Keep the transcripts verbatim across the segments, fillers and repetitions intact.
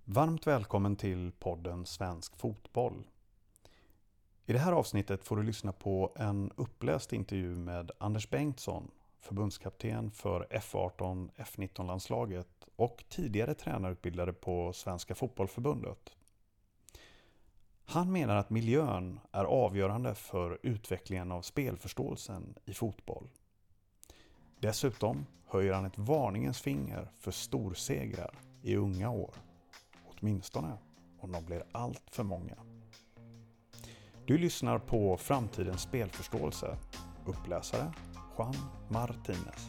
Varmt välkommen till podden Svensk fotboll. I det här avsnittet får du lyssna på en uppläst intervju med Anders Bengtsson, förbundskapten för F arton F nitton-landslaget och tidigare tränarutbildare på Svenska fotbollförbundet. Han menar att miljön är avgörande för utvecklingen av spelförståelsen i fotboll. Dessutom höjer han ett varningens finger för storsegrar i unga år. Åtminstone om de blir allt för många. Du lyssnar på Framtidens spelförståelse. Uppläsare Juan Martinez.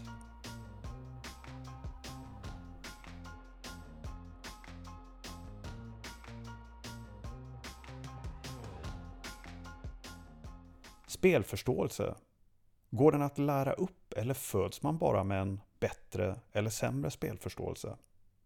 Spelförståelse. Går den att lära upp eller föds man bara med en bättre eller sämre spelförståelse?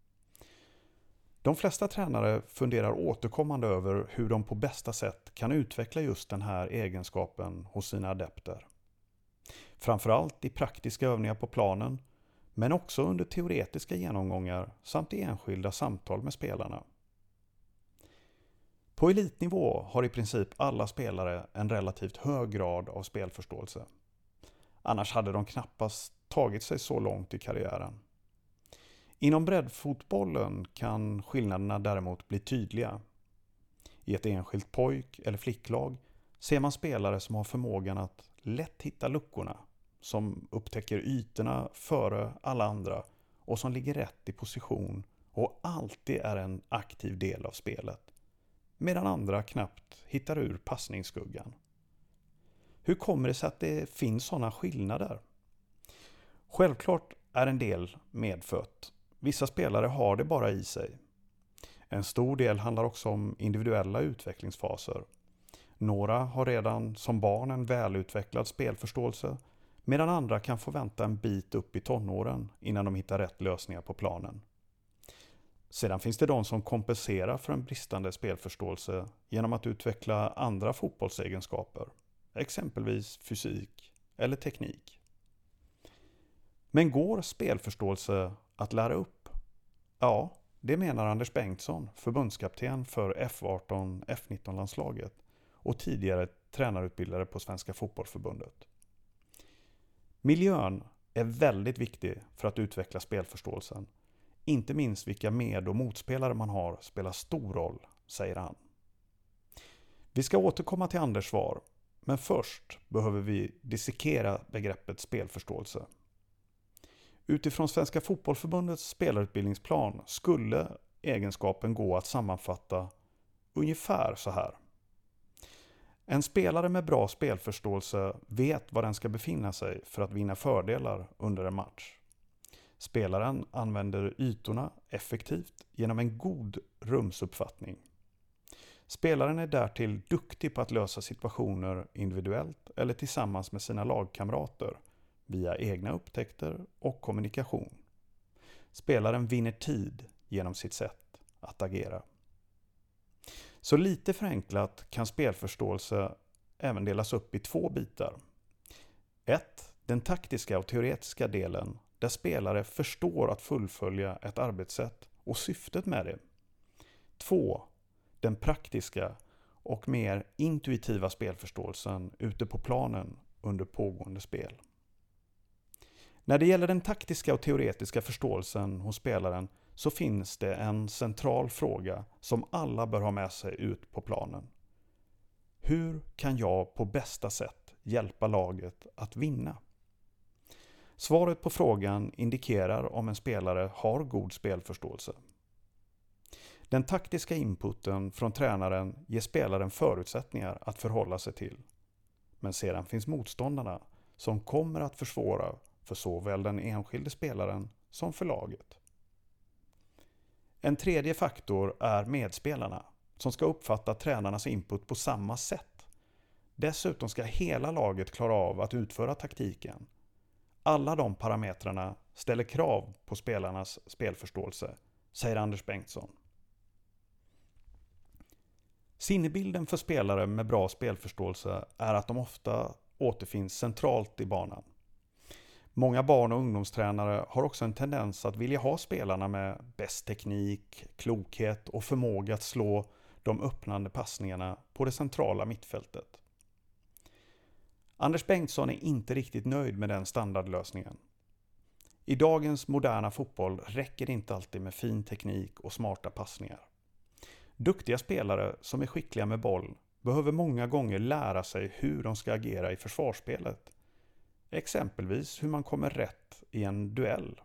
De flesta tränare funderar återkommande över hur de på bästa sätt kan utveckla just den här egenskapen hos sina adepter. Framförallt i praktiska övningar på planen, men också under teoretiska genomgångar samt i enskilda samtal med spelarna. På elitnivå har i princip alla spelare en relativt hög grad av spelförståelse. Annars hade de knappast tagit sig så långt i karriären. Inom breddfotbollen kan skillnaderna däremot bli tydliga. I ett enskilt pojk- eller flicklag ser man spelare som har förmågan att lätt hitta luckorna, som upptäcker ytorna före alla andra och som ligger rätt i position och alltid är en aktiv del av spelet, medan andra knappt hittar ur passningsskuggan. Hur kommer det sig att det finns sådana skillnader? Självklart är en del medfött. Vissa spelare har det bara i sig. En stor del handlar också om individuella utvecklingsfaser. Några har redan som barn en välutvecklad spelförståelse, medan andra kan få vänta en bit upp i tonåren innan de hittar rätt lösningar på planen. Sedan finns det de som kompenserar för en bristande spelförståelse genom att utveckla andra fotbollsegenskaper, exempelvis fysik eller teknik. Men går spelförståelse att lära upp? Ja, det menar Anders Bengtsson, förbundskapten för F arton F nitton-landslaget och tidigare tränarutbildare på Svenska fotbollförbundet. Miljön är väldigt viktig för att utveckla spelförståelsen. Inte minst vilka med- och motspelare man har spelar stor roll, säger han. Vi ska återkomma till Anders svar, men först behöver vi dissekera begreppet spelförståelse. Utifrån Svenska fotbollförbundets spelarutbildningsplan skulle egenskapen gå att sammanfatta ungefär så här. En spelare med bra spelförståelse vet var den ska befinna sig för att vinna fördelar under en match. Spelaren använder ytorna effektivt genom en god rumsuppfattning. Spelaren är därtill duktig på att lösa situationer individuellt eller tillsammans med sina lagkamrater via egna upptäckter och kommunikation. Spelaren vinner tid genom sitt sätt att agera. Så lite förenklat kan spelförståelse även delas upp i två bitar. ett. Den taktiska och teoretiska delen där spelare förstår att fullfölja ett arbetssätt och syftet med det. två. Den praktiska och mer intuitiva spelförståelsen ute på planen under pågående spel. När det gäller den taktiska och teoretiska förståelsen hos spelaren så finns det en central fråga som alla bör ha med sig ut på planen. Hur kan jag på bästa sätt hjälpa laget att vinna? Svaret på frågan indikerar om en spelare har god spelförståelse. Den taktiska inputen från tränaren ger spelaren förutsättningar att förhålla sig till. Men sedan finns motståndarna som kommer att försvåra för såväl den enskilde spelaren som för laget. En tredje faktor är medspelarna som ska uppfatta tränarnas input på samma sätt. Dessutom ska hela laget klara av att utföra taktiken. Alla de parametrarna ställer krav på spelarnas spelförståelse, säger Anders Bengtsson. Sinnebilden för spelare med bra spelförståelse är att de ofta återfinns centralt i banan. Många barn- och ungdomstränare har också en tendens att vilja ha spelarna med bäst teknik, klokhet och förmåga att slå de öppnande passningarna på det centrala mittfältet. Anders Bengtsson är inte riktigt nöjd med den standardlösningen. I dagens moderna fotboll räcker det inte alltid med fin teknik och smarta passningar. Duktiga spelare som är skickliga med boll behöver många gånger lära sig hur de ska agera i försvarsspelet. Exempelvis hur man kommer rätt i en duell.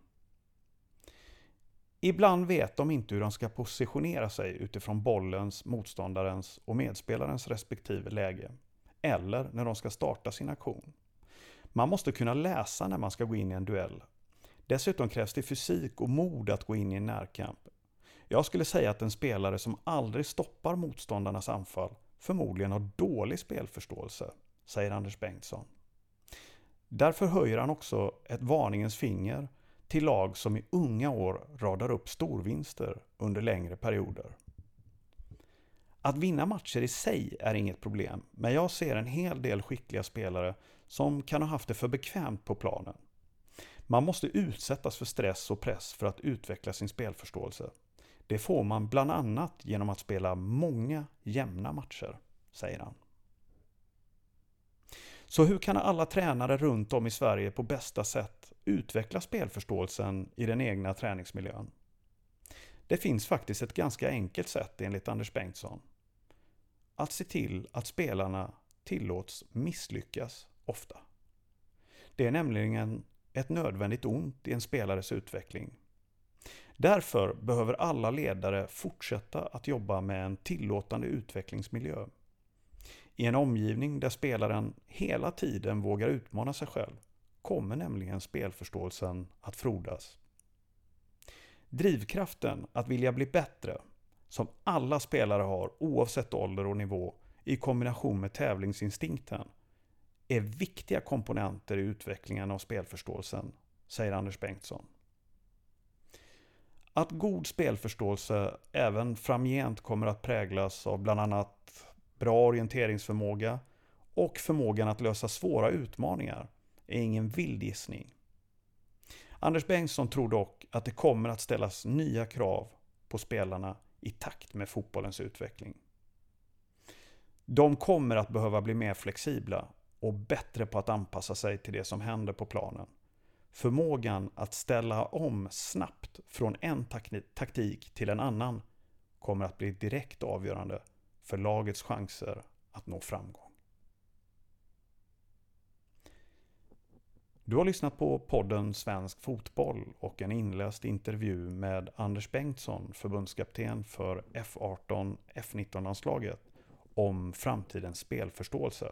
Ibland vet de inte hur de ska positionera sig utifrån bollens, motståndarens och medspelarens respektive läge. Eller när de ska starta sin aktion. Man måste kunna läsa när man ska gå in i en duell. Dessutom krävs det fysik och mod att gå in i en närkamp. Jag skulle säga att en spelare som aldrig stoppar motståndarnas anfall förmodligen har dålig spelförståelse, säger Anders Bengtsson. Därför höjer han också ett varningens finger till lag som i unga år radar upp storvinster under längre perioder. Att vinna matcher i sig är inget problem, men jag ser en hel del skickliga spelare som kan ha haft det för bekvämt på planen. Man måste utsättas för stress och press för att utveckla sin spelförståelse. Det får man bland annat genom att spela många jämna matcher, säger han. Så hur kan alla tränare runt om i Sverige på bästa sätt utveckla spelförståelsen i den egna träningsmiljön? Det finns faktiskt ett ganska enkelt sätt enligt Anders Bengtsson. Att se till att spelarna tillåts misslyckas ofta. Det är nämligen ett nödvändigt ont i en spelares utveckling. Därför behöver alla ledare fortsätta att jobba med en tillåtande utvecklingsmiljö. I en omgivning där spelaren hela tiden vågar utmana sig själv kommer nämligen spelförståelsen att frodas. Drivkraften att vilja bli bättre, som alla spelare har oavsett ålder och nivå, i kombination med tävlingsinstinkten, är viktiga komponenter i utvecklingen av spelförståelsen, säger Anders Bengtsson. Att god spelförståelse även framgent kommer att präglas av bland annat bra orienteringsförmåga och förmågan att lösa svåra utmaningar är ingen vild gissning. Anders Bengtsson tror dock att det kommer att ställas nya krav på spelarna i takt med fotbollens utveckling. De kommer att behöva bli mer flexibla och bättre på att anpassa sig till det som händer på planen. Förmågan att ställa om snabbt från en taktik till en annan kommer att bli direkt avgörande för lagets chanser att nå framgång. Du har lyssnat på podden Svensk fotboll och en inläst intervju med Anders Bengtsson, förbundskapten för F arton F nitton-landslaget, om framtidens spelförståelse.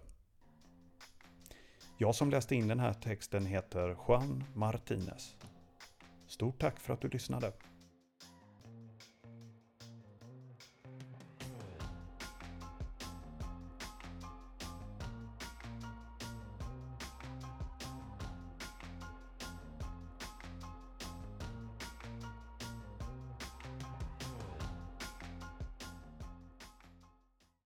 Jag som läste in den här texten heter Juan Martinez. Stort tack för att du lyssnade.